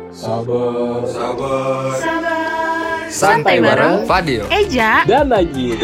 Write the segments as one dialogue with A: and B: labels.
A: Sabar.
B: Santai bareng
A: Fadil
B: Eja
C: dan Najib.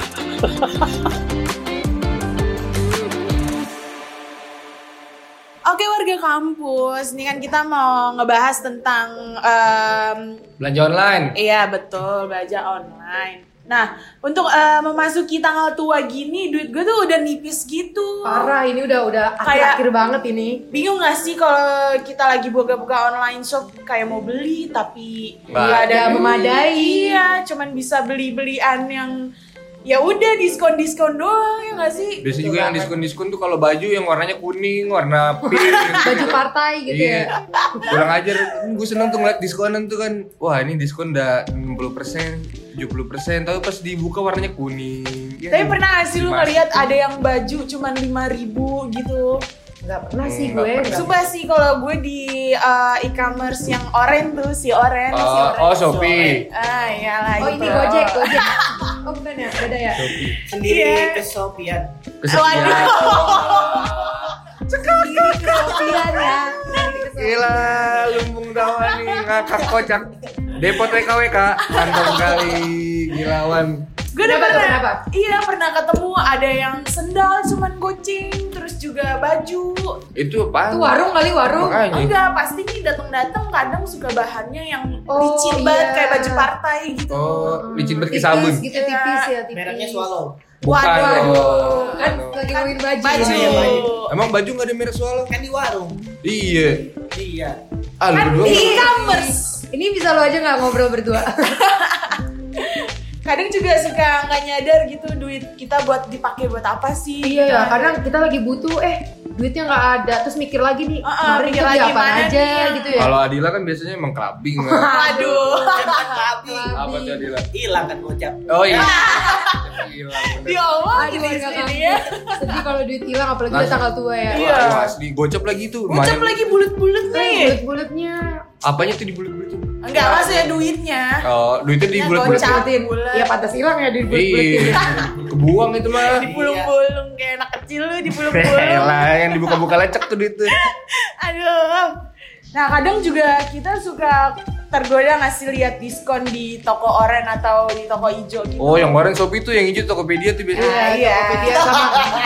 B: Oke warga kampus, ini kan kita mau ngebahas tentang
A: belanja online.
B: iya betul, belanja online. Nah, untuk memasuki tanggal tua gini, duit gue tuh udah nipis gitu.
D: Parah, ini udah akhir-akhir banget ini.
B: Bingung gak sih kalau kita lagi buka-buka online shop kayak mau beli tapi nggak ada
D: Nggak
B: duit.
D: memadai.
B: Iya, cuman bisa beli-belian yang ya udah diskon doang ya nggak sih?
A: Biasanya juga yang diskon tuh kalau baju yang warnanya kuning, warna pink gitu.
D: Baju partai gitu ya.
A: Kurang ajar. Gue seneng tuh ngeliat diskonan tuh kan. Wah, ini diskon udah 60%, 70%, tapi pas dibuka warnanya kuning. Ya,
B: Tapi pernah gak sih lu
A: dimas-
B: ngeliat ada yang baju cuman 5.000 gitu?
D: Nggak pernah sih
A: Nggak
D: gue.
A: pernah.
B: Sumpah sih kalau gue di e-commerce yang oren tuh, si oren.
A: Shopee.
B: Ah iyalah
D: Oh
B: gitu.
D: ini Gojek. Oh bukan ya, beda ya.
E: Sendiri
B: Iya.
E: kesopian.
A: Kesekian.
D: Sendiri kesopian ya.
A: Gila, lumbung dawa nih ngakak kocak. Depot WKWK, mantap kali, gilawan.
B: Gue udah
D: Kenapa tuh,
B: pernah,
D: kenapa?
B: iya pernah ketemu ada yang sendal cuman goceng, terus juga baju.
A: Itu apa?
D: Itu warung kali warung.
A: Makanya.
B: Enggak, pasti nih datang kadang suka bahannya yang
D: Oh,
B: licin banget
D: iya.
B: kayak baju partai gitu.
A: Oh, licin banget ke
D: Tipis
A: sabun.
D: gitu, tipis ya, tipis.
E: Mereknya Swallow.
A: Bukan
B: Waduh.
A: dong.
D: Kan lagi ngomongin baju.
B: Baju.
E: Iya, baju.
A: Emang baju nggak ada merek Swallow?
E: Kan di warung.
A: Iya.
E: Iya.
A: Ah, lu
B: Kan
A: berdua
B: di
A: nggak?
B: e-commerce.
D: Ini bisa lo aja nggak ngobrol berdua.
B: Kadang juga suka nggak nyadar gitu duit kita buat dipakai buat apa sih?
D: Iya ya,
B: Gitu.
D: kadang kita lagi butuh, duitnya nggak ada, terus mikir lagi nih, kemarin
B: mikir
D: itu beli
B: lagi
D: apaan
B: mana
D: aja
B: nih.
D: gitu ya.
A: Kalau Adila kan biasanya emang clubbing lah.
B: Waduh.
E: Tapi
A: Apa tuh Adila?
E: hilang kan gocap.
A: Oh iya. Hilang bener.
B: Diomongin di
D: warga
B: sini ya.
D: kampus. Sedih kalau duit hilang, apalagi udah
A: Langsung.
D: tanggal tua ya.
B: Iya.
A: Wah, asli gocap lagi tuh.
B: Gocap
A: lumayan.
B: lagi bulet-bulet nih.
D: Bulet-buletnya.
A: Apanya tuh di bulet-bulet tuh?
B: Enggak, maksudnya duitnya.
A: Oh, duitnya di
B: Ya,
A: bulet-bulet.
B: gocap.
D: Buletin.
B: Bulet.
D: Ya pantas hilang ya duit bulet-buletin.
A: Iya. Kebuang itu mah.
B: Dipulung-pulung kayak anak kecil lu dipulung-pulung.
A: Elah, yang dibuka-buka lecek tuh duit tuh.
B: Aduh. Nah, kadang juga kita suka tergoda ngasih lihat diskon di toko oren atau di toko hijau gitu.
A: Oh, yang kemarin Shopee tuh yang hijau Tokopedia tuh biasanya.
B: Ah, iya.
D: Tokopedia sama.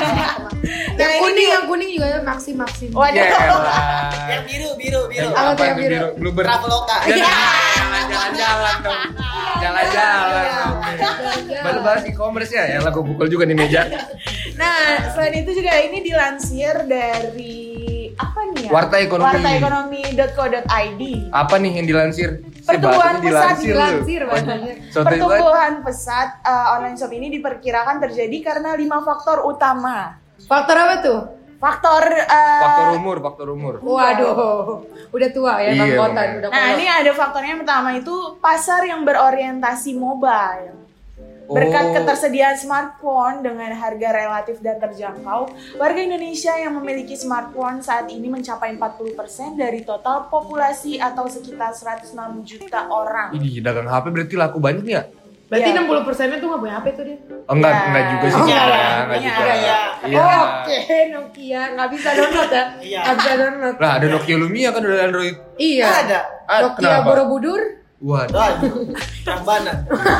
B: Nah, ini
D: yang kuning juga ya Maxim.
B: Waduh.
A: Ya
E: Yang
A: elah.
E: biru.
D: Apa tuh yang
A: tuh
D: biru?
A: Bluebird.
E: Traveloka.
A: Jalan-jalan dong. Jalan-jalan dong. Baru bahas e-commerce ya? Ya lah, gue pukul juga nih meja.
B: Nah, selain itu juga ini dilansir dari apa nih ya?
A: Warta Ekonomi.
B: Wartaekonomi.co.id.
A: Apa nih yang dilansir?
B: Pertumbuhan
A: bahasanya
B: pesat
A: lu.
D: dilansir bahasanya.
A: Sotoy banget.
B: Pertumbuhan pesat online shop ini diperkirakan terjadi karena 5 faktor utama.
D: Faktor apa tuh?
B: Faktor
A: Faktor umur.
D: Waduh, udah tua ya Bang
A: Iya,
D: Kotan,
A: makanya.
D: udah
B: Nah,
D: kolot.
B: ini ada faktornya yang pertama itu pasar yang berorientasi mobile. Berkat
A: Oh.
B: ketersediaan smartphone dengan harga relatif dan terjangkau, warga Indonesia yang memiliki smartphone saat ini mencapai 40% dari total populasi atau sekitar 106 juta orang.
A: Ini dagang HP berarti laku banyak ya?
D: Berarti
B: Iya.
D: 60%-nya tuh nggak punya HP tuh dia.
A: Oh, enggak,
B: Ya.
A: enggak juga sih.
B: Oh,
A: Enggak,
B: iya.
A: enggak
B: Iya,
A: juga.
E: iya.
A: Iya.
D: Oke, Nokia nggak bisa download ya?
E: Iya.
D: Nggak bisa download.
A: Lah, ada Nokia Lumia kan udah Android.
D: Iya.
E: Ada.
A: Ah,
D: Nokia
A: kenapa?
D: Borobudur.
A: Waduh.
E: Waduh. Prambanan.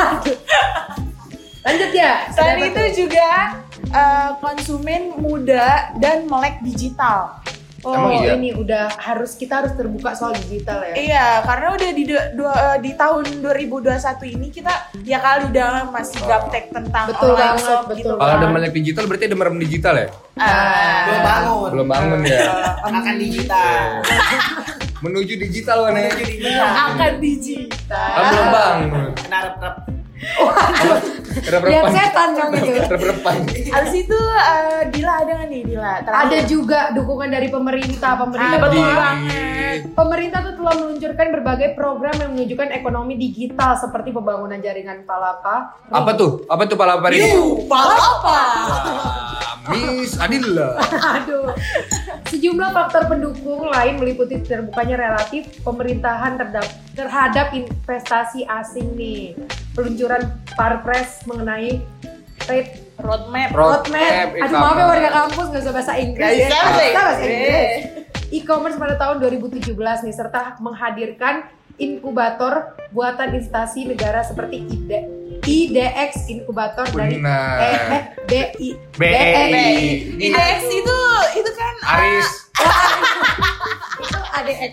D: Lanjut ya.
B: Selain
D: Ada apa
B: itu
D: tuh?
B: juga konsumen muda dan melek digital.
D: Oh,
A: Emang iya?
D: ini kita harus terbuka soal digital ya.
B: Iya, karena udah di tahun 2021 ini kita ya kali udah masih gaptek tentang
D: Betul
B: online
D: banget,
B: shop
D: betul
B: gitu.
A: Kalau
B: kan.
A: ada melek digital berarti ada merem digital ya?
E: Belum bangun.
A: Belum bangun ya.
E: Akan digital.
A: Menuju digital kan ya?
E: Menuju digital.
B: Akan digital.
A: Kan belum bangun.
E: Kena rep-rep.
D: Lihat setan dong itu.
A: Rep-repan.
B: Abis itu Dila ada nggak nih Dila?
D: Ada juga dukungan dari pemerintah.
B: Betul
A: Di-
B: banget.
D: Pemerintah tuh telah meluncurkan berbagai program yang menunjukkan ekonomi digital seperti pembangunan jaringan Palapa.
A: Apa tuh? Apa tuh Palapa ini?
B: Palapa.
A: Miss Adila.
D: Aduh. Sejumlah faktor pendukung lain meliputi terbukanya relatif pemerintahan terhadap investasi asing nih. Peluncuran Parpres mengenai trade
B: Roadmap.
D: roadmap. Aduh maaf ya warga kampus nggak usah bahasa Inggris ya.
B: Nggak usah bahasa
D: Kita bahasa
B: Inggris.
D: Inggris. e-commerce pada tahun 2017 nih, serta menghadirkan inkubator buatan instansi negara seperti IDX Inkubator dari
A: Benar.
D: BEI.
B: IDX itu kan
A: Aris.
D: Itu ADX.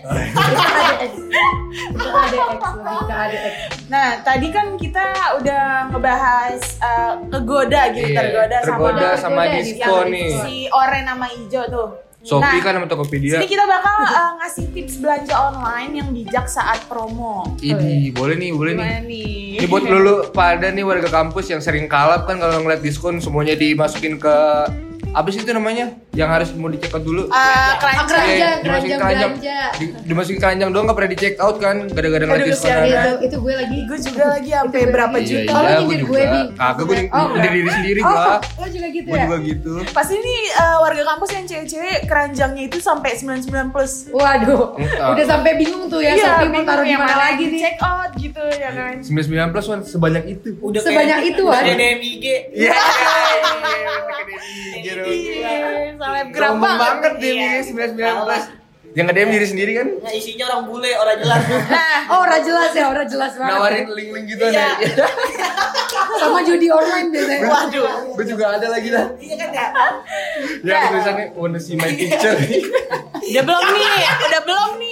D: Itu ADX, lebih ke ADX.
B: Nah, tadi kan kita udah ngebahas kegoda gitu,
A: Iya, tergoda sama
D: Tergoda
A: diskon
D: yang
A: nih.
B: si oranye sama hijau tuh.
A: Shopee
B: Nah,
A: kan sama Tokopedia.
B: sini kita bakal ngasih tips belanja online yang bijak saat promo.
A: Ini boleh nih.
B: Gimana nih?
A: Ini buat lulu pada nih warga kampus yang sering kalap kan kalau ngeliat diskon semuanya dimasukin ke apa sih itu namanya? Yang harus mau di check out dulu.
B: Keranjang.
A: Dimasukin
D: keranjang
A: keranjang.
D: belanja.
A: Dimasukin keranjang doang gak pernah di check out kan gara-gara ngeliat
B: Aduh,
A: diskon.
B: kesian.
D: Itu gue lagi.
B: Gue juga lagi sampai
D: Itu
B: berapa
D: lagi.
B: juta.
D: Oh, lo
A: Iya,
D: nyindir
A: gue
D: gue,
A: juga.
D: Bi?
A: Kagak gue
D: Oh,
A: nyindir diri sendiri
D: Oh,
A: gua.
D: lo juga gitu
A: Gue
D: ya?
A: juga gitu.
B: Pas ini warga kampus yang cewek-cewek keranjangnya itu sampai 99 plus.
D: Waduh,
A: Entah.
D: udah sampai bingung tuh ya, Shopee mau taruh di
B: yang
D: mana lagi nih?
B: check out gitu ya kan.
A: 99 plus Wan, sebanyak itu.
E: Udah
D: Sebanyak itu, Wan.
E: Udah DMIG.
A: Iya.
B: Iya, selebgram
A: Sombong banget dia
B: Iya.
A: milih 99 plus. Yang nge-DM diri sendiri kan?
E: Nggak, isinya orang bule, orang jelas.
D: Oh, orang jelas ya, orang jelas banget.
A: Nawarin
D: ya.
A: link-link gitu
B: Iya.
A: nih.
D: Sama judi online biasanya.
B: Waduh.
A: Gue juga ada lagi lah.
E: Iya kan ya?
A: Yang tulisannya wanna see my picture.
B: Udah belum nih.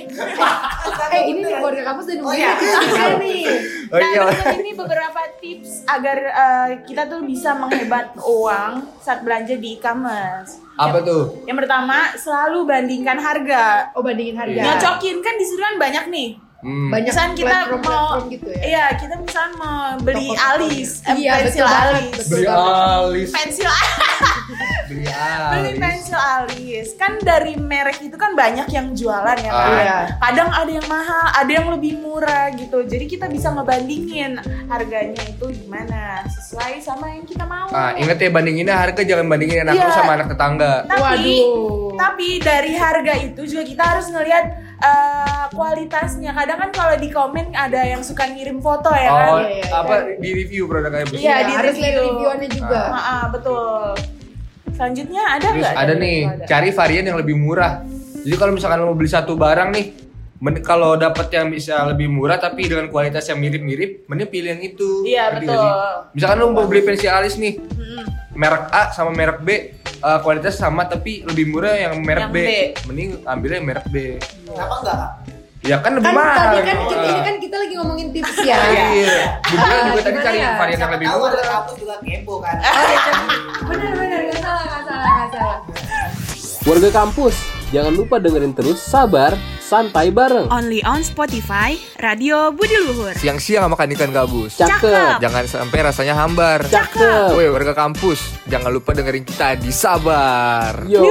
D: Ini nih keluarga kampus udah nungguin
E: iya.
D: kita nih.
A: Oh iya.
B: Nah, ini beberapa tips agar kita tuh bisa menghemat uang saat belanja di e-commerce.
A: Apa tuh?
B: Yang pertama, selalu bandingkan harga.
D: Oh, bandingin harga.
A: Iya.
B: Nyocokin kan di situ kan banyak nih.
D: Banyak
B: Misalkan kita
D: platform gitu ya.
B: Iya, kita misalkan mau beli
D: Toko-toko.
B: alis,
D: Iya,
B: pensil
D: betul banget,
B: alis.
D: betul.
A: Beli alis.
B: Pensil
A: Beli
B: beli
A: alis.
B: pensil alis. Kan dari merek itu kan banyak yang jualan ya kan.
D: Iya.
B: Kadang ada yang mahal, ada yang lebih murah gitu. Jadi kita bisa ngebandingin harganya itu gimana sesuai sama yang kita mau.
A: Ah, inget ya bandinginnya harga, jangan bandingin anak
B: Iya.
A: lu sama anak tetangga.
B: Tapi dari harga itu juga kita harus ngelihat kualitasnya. Kadang kan kalau di komen ada yang suka ngirim foto ya kan.
A: Oh,
D: Iya, iya,
A: apa di review produknya bos?
B: Iya,
D: Iya,
B: di
D: harus lihat
B: review.
D: reviewannya juga.
B: Betul. Selanjutnya ada
A: Terus
B: nggak?
A: ada nih, cari varian yang lebih murah. Jadi kalau misalkan lo mau beli satu barang nih, kalau dapat yang bisa lebih murah tapi dengan kualitas yang mirip-mirip, mending pilih yang itu.
B: Iya,
A: Ngerti
B: betul.
A: gak sih? Misalkan lo mau beli pensil alis nih, merek A sama merek B, kualitas sama tapi lebih murah yang merek
B: Yang
A: B.
B: B.
A: Mending ambilnya yang merek B.
E: Kenapa enggak?
A: Ya kan lebih
D: Kan
A: mahal.
D: tadi kan ini kan kita lagi ngomongin tips ya.
A: Iya. Juga juga tadi
D: Gimana
A: cari
D: ya?
A: varian yang lebih
E: Tahu ada
A: murah.
E: kampus juga kepo kan.
D: Bener, nggak salah.
C: Warga kampus, jangan lupa dengerin terus Sabar Santai Bareng.
B: Only on Spotify, Radio Budi Luhur.
A: Siang-siang makan ikan gabus.
C: Cakep,
A: Jangan sampai rasanya hambar.
C: cakep.
A: Woi warga kampus, jangan lupa dengerin kita di Sabar.
C: Yo.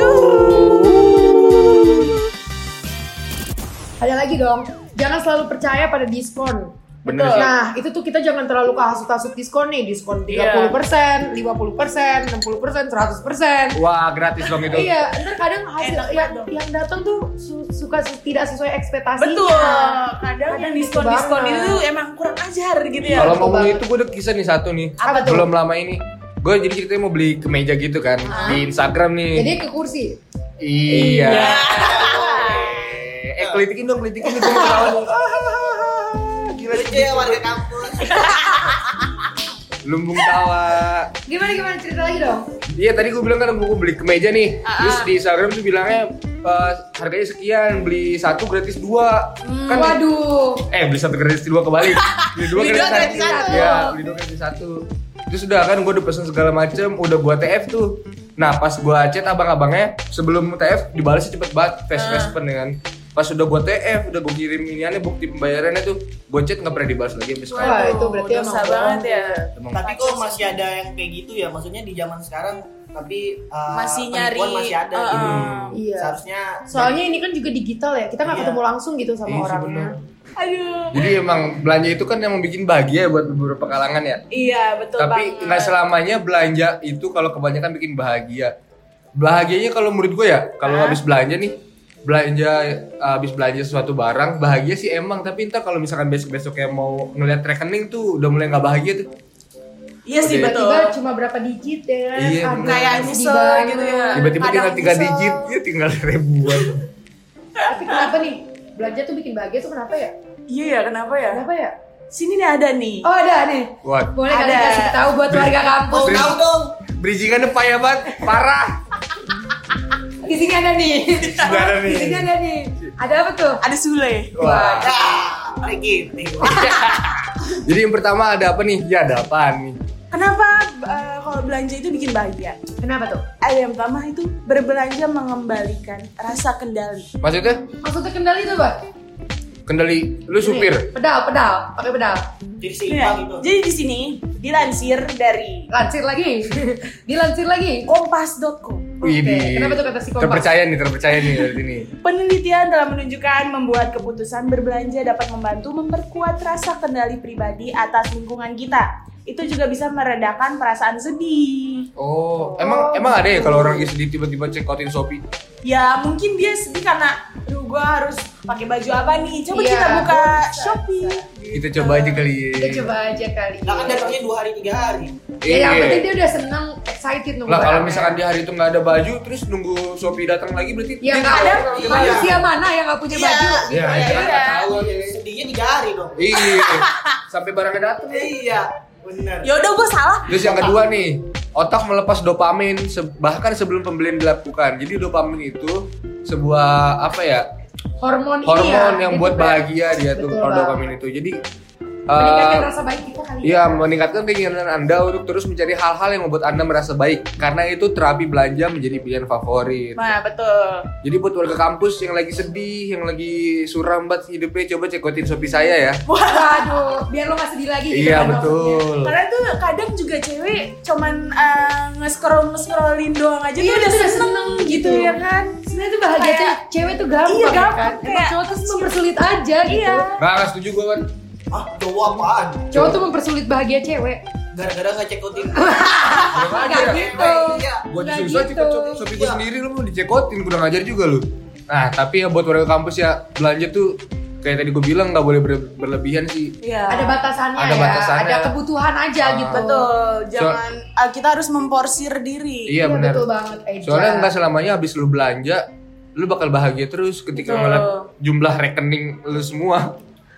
D: Ada lagi dong. Jangan selalu percaya pada diskon.
A: Bener sih.
D: Nah, itu tuh kita jangan terlalu kehasut-hasut diskon nih. Diskon 30%, 50%, 60%, 100%.
A: Wah gratis dong itu.
D: Iya, ntar kadang hasil
B: Enak
D: yang,
B: dong.
D: yang datang tuh suka tidak sesuai ekspektasinya.
B: Betul. Kadang yang
D: Kadang
B: diskon-diskon
D: gitu
B: itu emang kurang ajar gitu ya.
A: Kalau
D: betul
A: ngomong
D: banget.
A: itu gue udah kisah nih satu nih.
D: Apa tuh?
A: Belum lama ini. Gue jadi ceritanya mau beli kemeja gitu kan di Instagram nih.
D: Jadi ke kursi.
A: Iya. Kelitikin dong, kelitikin nih gue mau tahu nih. Gila
E: Lucu ya warga kampus.
A: lumbung tawa.
D: Gimana cerita lagi dong?
A: Iya tadi gue bilang kan gue beli kemeja nih. Terus di Instagram tuh bilangnya harganya sekian, beli satu gratis dua. Kan
D: Waduh.
A: beli satu gratis dua kebalik. Beli dua
B: Beli dua gratis satu.
A: Iya, beli dua gratis satu. Terus udah kan gue udah pesen segala macem, udah buat TF tuh. Nah pas gue chat abang-abangnya sebelum TF dibalasnya cepet banget, fast respon ya kan. Pas udah buat TF, udah gue kirim iniannya bukti pembayarannya tuh, gue chat nggak pernah dibalas lagi sampai sekarang.
D: Wah, itu berarti
B: dosa
D: emang
B: banget ya.
A: Emang
E: Tapi kok masih ada yang kayak gitu ya? Maksudnya di zaman sekarang tapi
B: Masih
E: penipuan
B: nyari,
E: masih ada gitu.
D: Iya.
E: Seharusnya
D: Soalnya ini kan juga digital ya, kita nggak
E: Iya.
D: ketemu langsung gitu sama
A: Iya sih,
D: orangnya.
A: bener.
B: Aduh.
A: Jadi emang belanja itu kan yang bikin bahagia buat beberapa kalangan ya.
B: Iya, betul
A: Tapi
B: banget.
A: nggak selamanya belanja itu kalau kebanyakan bikin bahagia. Bahagianya kalau menurut gue ya, kalau habis belanja nih, habis belanja suatu barang, bahagia sih emang. Tapi ntar kalau misalkan besok-besok kayak mau ngeliat rekening tuh udah mulai nggak bahagia tuh.
B: Iya sih, betul.
D: Tiba-tiba cuma berapa digit ya kan?
A: Iya,
D: Aduh,
A: bener.
B: Kayak
D: sedih
B: nyesel
D: banget.
B: gitu ya.
A: Tiba-tiba tinggal
B: Kadang
A: 3
B: nyesel.
A: digit, ya tinggal ribuan.
D: Tapi kenapa nih? Belanja tuh bikin bahagia tuh kenapa ya?
B: Iya ya, kenapa ya?
D: Kenapa ya?
B: Sini nih ada nih.
D: Oh ada nih.
A: What?
D: Boleh kali
B: Ada.
D: kasih tahu buat warga kampus.
E: Mau tahu dong.
A: Bridgingannya payah banget, parah.
D: Di sini ada nih.
A: Sudah ada nih.
D: Di sini ada nih. Ada apa tuh?
B: Ada Sule.
A: Wah.
E: Kayak gitu.
A: Jadi yang pertama ada apa nih? Ya ada apaan nih?
B: Kenapa kalau belanja itu bikin bahagia?
D: Kenapa tuh?
B: Ada yang pertama itu berbelanja mengembalikan rasa kendali.
A: Maksudnya?
D: Maksudnya kendali tuh, Pak?
A: Kendali, lu supir?
D: Nih, pedal, pakai pedal.
E: Jadi
B: Nah,
E: seimbang gitu.
B: jadi di sini dilansir dari
D: Lansir lagi. Dilansir lagi.
B: kompas.com.
A: Widih.
D: Kenapa tuh kata si Kompas?
A: Terpercaya nih dari sini.
B: Penelitian telah menunjukkan membuat keputusan berbelanja dapat membantu memperkuat rasa kendali pribadi atas lingkungan kita. Itu juga bisa meredakan perasaan sedih.
A: Oh, emang ada ya kalau orang lagi sedih tiba-tiba check outin Shopee?
B: Ya mungkin dia sedih karena aduh gua harus pakai baju apa nih. Coba
D: Iya,
B: kita buka
D: bisa,
B: Shopee.
A: Kita coba aja kali ya.
D: Kita coba aja kali.
E: Nah kan datangnya 2 hari 3 hari.
D: Ya yang penting dia udah seneng, excited nunggu
A: Lah kalau
D: barangnya.
A: misalkan di hari itu nggak ada baju, terus nunggu Shopee datang lagi berarti
D: Ya
A: dia
D: nggak ada
E: Iya.
D: manusia mana yang nggak punya
B: Iya.
D: baju?
A: Ya,
B: Iya,
A: itu kan
B: iya.
A: nggak tahu aja.
E: Sedihnya 3 hari dong.
A: Iya. Sampai barangnya datang.
E: Iya, benar.
B: Ya udah gua salah.
A: Terus yang kedua nih, otak melepas dopamin bahkan sebelum pembelian dilakukan. Jadi dopamin itu sebuah apa ya?
D: Hormon
A: Hormon
D: ini ya,
A: yang
D: itu
A: buat
D: kan
A: bahagia dia tuh
D: Betul
A: kalau
D: banget.
A: dopamin itu. Jadi
D: meningkatkan rasa baik kita kali.
A: iya, meningkatkan keinginan Anda untuk terus mencari hal-hal yang membuat Anda merasa baik. Karena itu terapi belanja menjadi pilihan favorit.
B: Nah, betul.
A: Jadi buat warga kampus yang lagi sedih, yang lagi suram banget hidupnya, coba cekotin Shopee saya ya.
D: Waduh, biar lo nggak sedih lagi gitu
A: Iya
D: kan
A: betul.
B: Karena tuh kadang juga cewek cuman nge-scrollin doang aja
D: Iya,
B: tuh udah
D: itu udah
B: seneng
D: seneng
B: gitu
D: gitu.
B: ya kan.
D: Sebenarnya tuh bahagia
B: Kayak-
D: tuh cewek tuh gampang,
B: Iya,
D: ya
B: gampang,
D: kan. Emang
B: kayak-
D: cowok tuh mempersulit aja gitu.
B: Iya.
A: Nggak setuju gue kan.
E: Ah, cowok apaan?
D: Cowok tuh mempersulit bahagia cewek.
E: Gara-gara nggak check outin.
D: Enggak gitu.
E: Iya.
A: Gue
D: Nggak
A: disuruh
D: gitu.
A: cekot Shopee gue sendiri, lu mau dicekotin, kurang ajar juga lu. Nah tapi ya buat warga kampus ya, belanja tuh kayak tadi gue bilang nggak boleh berlebihan sih.
B: Iya.
D: Ada batasannya
A: Ada
D: ya.
A: batasannya.
D: Ada kebutuhan aja
A: Ah.
D: gitu.
B: Betul. Jangan kita harus memporsir diri.
A: Iya benar.
D: Betul banget. Eja.
A: Soalnya nggak selamanya habis lu belanja, lu bakal bahagia terus ketika
B: Betul.
A: ngeliat jumlah rekening lu semua.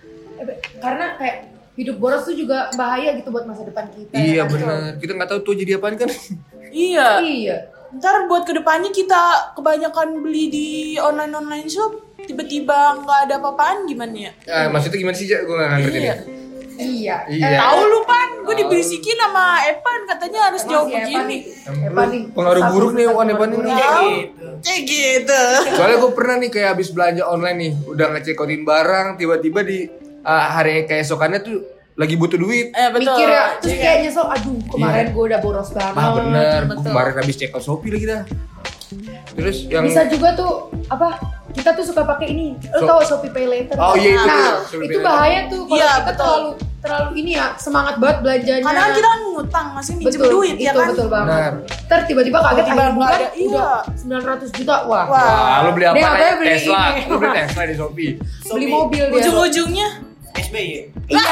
D: Karena kayak hidup boros tuh juga bahaya gitu buat masa depan kita.
A: Iya
D: ya kan?
A: benar. Kita nggak tahu tuh jadi apaan kan.
B: Iya.
D: Iya.
B: Ntar buat kedepannya kita kebanyakan beli di online shop, tiba-tiba nggak ada apa-apaan gimana ya?
A: Maksudnya gimana sih, Jak? Gue nggak ngerti
B: Iya.
A: nih.
D: Iya.
A: Iya.
B: Tahu lu Pan, gue
A: Tahu.
B: dibisikin sama Evan katanya harus
D: Emang
B: jawab
D: si Evan
B: begini.
D: nih. Evan nih.
A: Pengaruh buruk nih
D: Satu
A: Wan Evan ini.
D: pengaruh
E: Kayak
D: buruk.
E: gitu.
B: Kayak gitu.
A: Soalnya gue pernah nih kayak habis belanja online nih, udah ngecekotin barang, tiba-tiba di hari keesokannya tuh lagi butuh duit.
B: Betul.
D: Mikir ya, terus
B: Iya.
D: kayak nyesel, aduh kemarin gue udah boros banget.
A: Ah bener,
B: betul.
A: gue kemarin habis check out Shopee lagi dah. Terus yang
D: Bisa juga tuh, apa, kita tuh suka pakai ini, lo
A: So-
D: tau Shopee Pay Later?
A: Oh, iya, itu
D: Nah,
A: tuh, Shopee
D: itu
A: Pay Later.
D: bahaya tuh kalau
B: Iya,
D: kita
B: betul.
D: terlalu ini ya, semangat banget belanjanya.
B: Karena kan kita kan ngutang, masih minjem
D: betul,
B: duit ya
D: itu
B: kan.
D: betul banget.
A: Benar.
D: Ntar tiba-tiba kaget
B: Tiba-tiba
D: akhir bulan
B: nggak ada, iya.
D: udah 900 juta, wah.
B: Wah.
A: Wah, lu beli apa?
D: Dia katanya
A: Nih?
D: beli
A: Tesla.
D: ini.
A: Lu beli Tesla di Shopee.
D: Beli mobil dia.
B: Ujung-ujungnya
E: SBY.
D: Iya,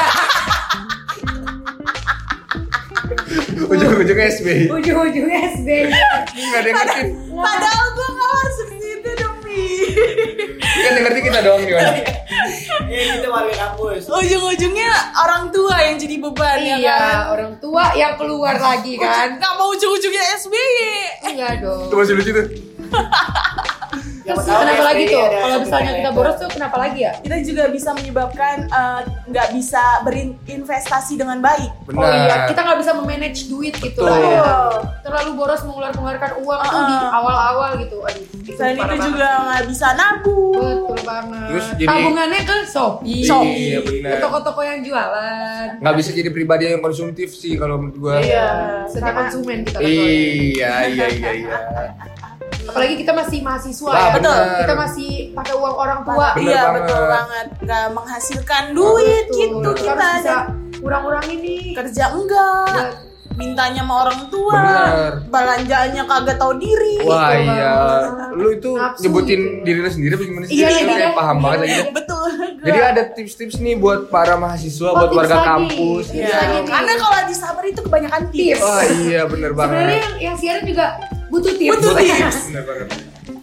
A: Ujung-ujungnya SBY.
D: ujung-ujungnya SBY.
A: Enggak ada yang ngerti.
B: padahal gue gak masuk situ dong Mi.
A: Kan yang ngerti kita doang gimana?
E: Kita warga kampus.
B: Ujung-ujungnya orang tua yang jadi beban ya
D: Iya,
B: kan.
D: orang tua yang keluar lagi kan.
B: Gak mau ujung-ujungnya SBY.
D: Enggak dong.
A: Itu masih lucu tuh.
D: Terus
E: Siapa tahu
D: kenapa
E: SBY
D: lagi tuh?
E: ada
D: Kalau
E: Shopee
D: misalnya
E: Pay
D: kita
E: Later.
D: boros tuh kenapa lagi ya?
B: Kita juga bisa menyebabkan nggak bisa berinvestasi dengan baik.
A: Benar.
D: Oh iya, kita nggak bisa memanage duit gitu
A: Betul.
D: lah ya.
B: Betul.
D: Terlalu boros mengeluarkan uang tuh di awal-awal gitu. Aduh,
B: Selain
D: parah
B: itu
D: banget.
B: juga nggak bisa nabung.
D: Betul banget.
A: Terus jadi-
D: tabungannya ke Shopee.
A: Iya, benar.
D: Ke toko-toko yang jualan.
A: Nggak bisa jadi pribadi yang konsumtif sih kalau menurut gua.
B: Iya.
D: Sedia
B: Karena-
D: konsumen kita kan soalnya.
A: Iya.
D: Apalagi kita masih mahasiswa
A: Wah,
D: ya.
A: bener.
D: Kita masih pakai uang orang tua.
A: Bener
B: Iya
A: banget.
B: betul banget. Nggak menghasilkan duit
D: Betul.
B: gitu
D: Kita
B: kita.
D: harus bisa kurang-kurangin nih.
B: Kerja enggak.
D: Buat-
B: Mintanya sama orang tua.
A: Bener.
B: Belanjaannya kagak tahu diri.
A: Wah
D: Betul
A: iya.
D: banget.
A: Lu itu
D: Nafsu
A: nyebutin
D: gitu.
A: diri lu sendiri apa gimana sih?
B: Iya,
A: Lu
B: iya,
A: kayak
B: iya.
A: paham banget lagi. dah.
B: Betul.
A: Jadi ada tips-tips nih buat para mahasiswa,
D: Oh,
A: buat
D: tips
A: warga
D: lagi.
A: kampus.
D: Tips
B: Iya.
D: lagi nih.
B: Karena kalau di Sabar itu kebanyakan tips.
D: Tips.
A: Oh iya bener
D: Sebenarnya
A: banget.
D: yang siaran juga butuh tips.
B: Butuh tips.
A: Bener banget.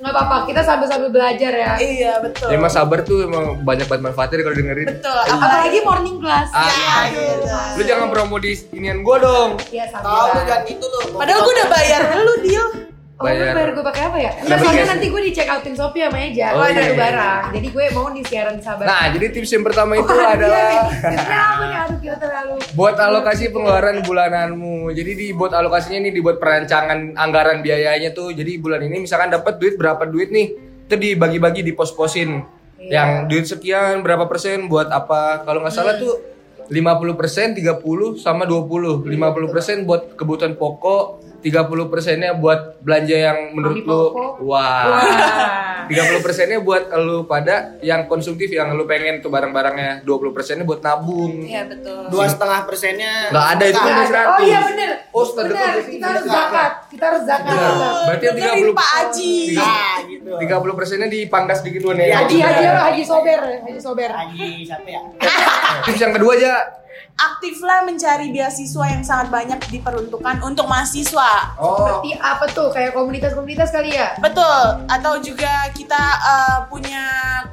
D: Nggak apa-apa, kita sambil-sambil belajar ya.
B: Iya, betul.
A: Ya Mas sabar tuh emang banyak banget manfaatnya kalau dengerin.
B: Betul.
D: Apalagi morning class.
A: Lu jangan promo di inian gua dong.
D: Iya,
E: Tahu lu
D: sambil.
E: jangan gitu lu.
B: Padahal gue udah bayar lu, Dil.
D: Oh, lu
A: Bayar.
D: bayar gue pakai apa ya? Enggak,
A: Dapat
D: soalnya
A: cash.
D: nanti gue di check outin Shopee sama Eja.
A: Oh,
D: Ada
A: iya.
D: barang. Jadi gue mau di siaran sabar.
A: Nah, jadi tips yang pertama itu
D: Wah,
A: adalah
D: Tipsnya apa nih? Aduh, kita terlalu.
A: buat alokasi pengeluaran bulananmu. Jadi dibuat alokasinya nih, dibuat perancangan anggaran biayanya tuh. Jadi bulan ini misalkan dapat duit berapa duit nih, itu dibagi-bagi di pos-posin.
D: Iya.
A: Yang duit sekian berapa persen buat apa? Kalau nggak salah tuh 50%, 30 sama 20. 50% buat kebutuhan pokok, 30%-nya buat belanja yang menurut
D: Ambil
A: lu
D: pokok.
A: wah. 30%-nya buat lu pada yang konsumtif yang lu pengen tuh barang-barangnya. 20%-nya buat nabung.
B: Iya, betul.
E: 2,5%-nya
A: Nggak ada itu
D: Nggak
A: kan
D: ada.
A: 100.
D: Oh iya bener.
A: Oh, sedekah
D: Bener,
A: berarti
D: kita harus
A: sedekah.
D: zakat. Kita harus zakat.
A: Nah, berarti yang
B: Dengerin
A: 30
B: Pak Aji.
E: Nah, gitu.
A: 30%-nya dipangkas dikit dulu nih.
E: Iya,
D: Haji Sober, Haji Sober.
E: Haji siapa ya?
A: Tips yang kedua aja.
B: Aktiflah mencari beasiswa yang sangat banyak diperuntukkan untuk mahasiswa.
A: Oh,
D: Seperti apa tuh? Kayak komunitas-komunitas kali ya?
B: Betul. Atau juga kita punya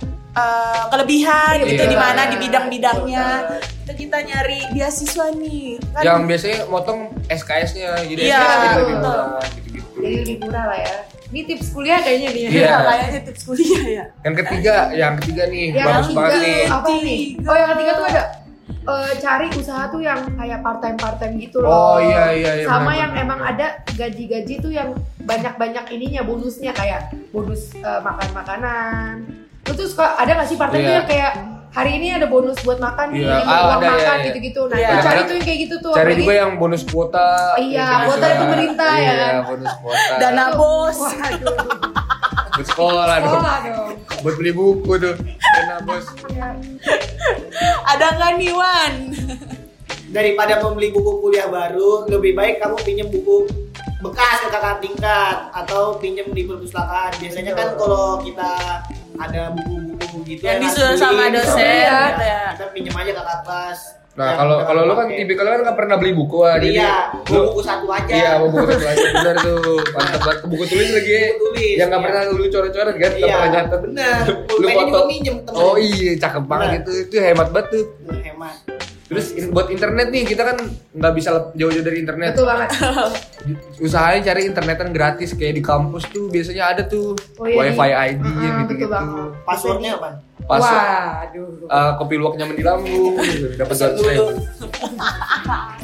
B: kelebihan gitu
A: Iya.
B: di mana di bidang-bidangnya. Itu kita nyari beasiswa nih. Kan
A: yang biasanya motong SKS-nya jadi
B: Iya,
A: SKS jadi lebih
B: betul.
A: murah gitu-gitu.
D: Jadi lebih murah lah ya. Ini tips kuliah kayaknya nih.
A: Iya.
B: kayaknya tips kuliah ya.
A: Yang ketiga nih,
D: Yang
A: bagus
D: ketiga
A: banget nih.
D: apa nih? Oh yang ketiga tuh ada cari usaha tuh yang kayak part-time gitu loh.
A: Oh iya
D: Sama
A: benar,
D: yang
A: benar.
D: emang ada gaji-gaji tuh yang banyak-banyak ininya bonusnya kayak bonus makan-makanan. Lu tuh suka ada nggak sih part-time tuh
A: Iya.
D: yang kayak hari ini ada bonus buat makan nih,
A: Iya,
D: ini uang
A: ada,
D: makan
A: iya.
D: gitu-gitu. Nah,
B: Iya.
D: lu cari
A: Kadang-
D: tuh yang kayak gitu tuh.
A: Cari
D: apalagi-
A: juga yang bonus kuota.
D: Iya,
A: gitu-gitu
D: kuota dari
A: kan.
D: pemerintah ya
A: Iya,
D: kan?
A: bonus kuota.
B: Dana bos.
D: Waduh,
A: Buat sekolah dong.
D: sekolah dong.
A: Buat beli buku tuh. Dana bos.
D: Iya.
B: Ada nggak nih, Wan?
E: Daripada membeli buku kuliah baru, lebih baik kamu pinjam buku bekas ke kakak tingkat atau pinjam di perpustakaan. Biasanya kan kalau kita ada buku-buku gitu
B: Yang
E: yang
B: disuruh
E: asli,
B: sama dosen
D: Iya.
B: gitu ya.
E: kita pinjam aja ke kakak kelas.
A: Nah,
E: Yang
A: kalau
E: udah
A: kalau lu kan
E: pakai.
A: tipikal kan nggak pernah beli buku ah. Jadi
E: Iya,
A: lu
E: buku satu aja.
A: iya, mau buku satu aja. Benar tuh. Mantap banget. Buku tulis lagi.
E: Buku tulis,
A: Yang nggak
E: iya.
A: pernah lu coret-coret kan, nggak
E: Iya,
A: pernah nyatet.
E: bener.
A: Lu
E: Pulpen
A: foto.
E: juga minjem temen.
A: Oh iya, cakep banget
E: Bener.
A: itu hemat banget tuh.
E: Hemat.
A: Terus buat internet nih, kita kan nggak bisa jauh-jauh dari internet.
D: Betul banget.
A: Usahain cari internetan gratis kayak di kampus tuh biasanya ada tuh
D: Oh iya,
A: wifi
D: di-
A: ID yang
D: betul
A: gitu-gitu.
D: banget.
E: Passwordnya apa?
A: Password
D: Waduh.
A: kopi luwak nyaman di lambung dapat
E: Pesan
A: 200.000.
E: dulu.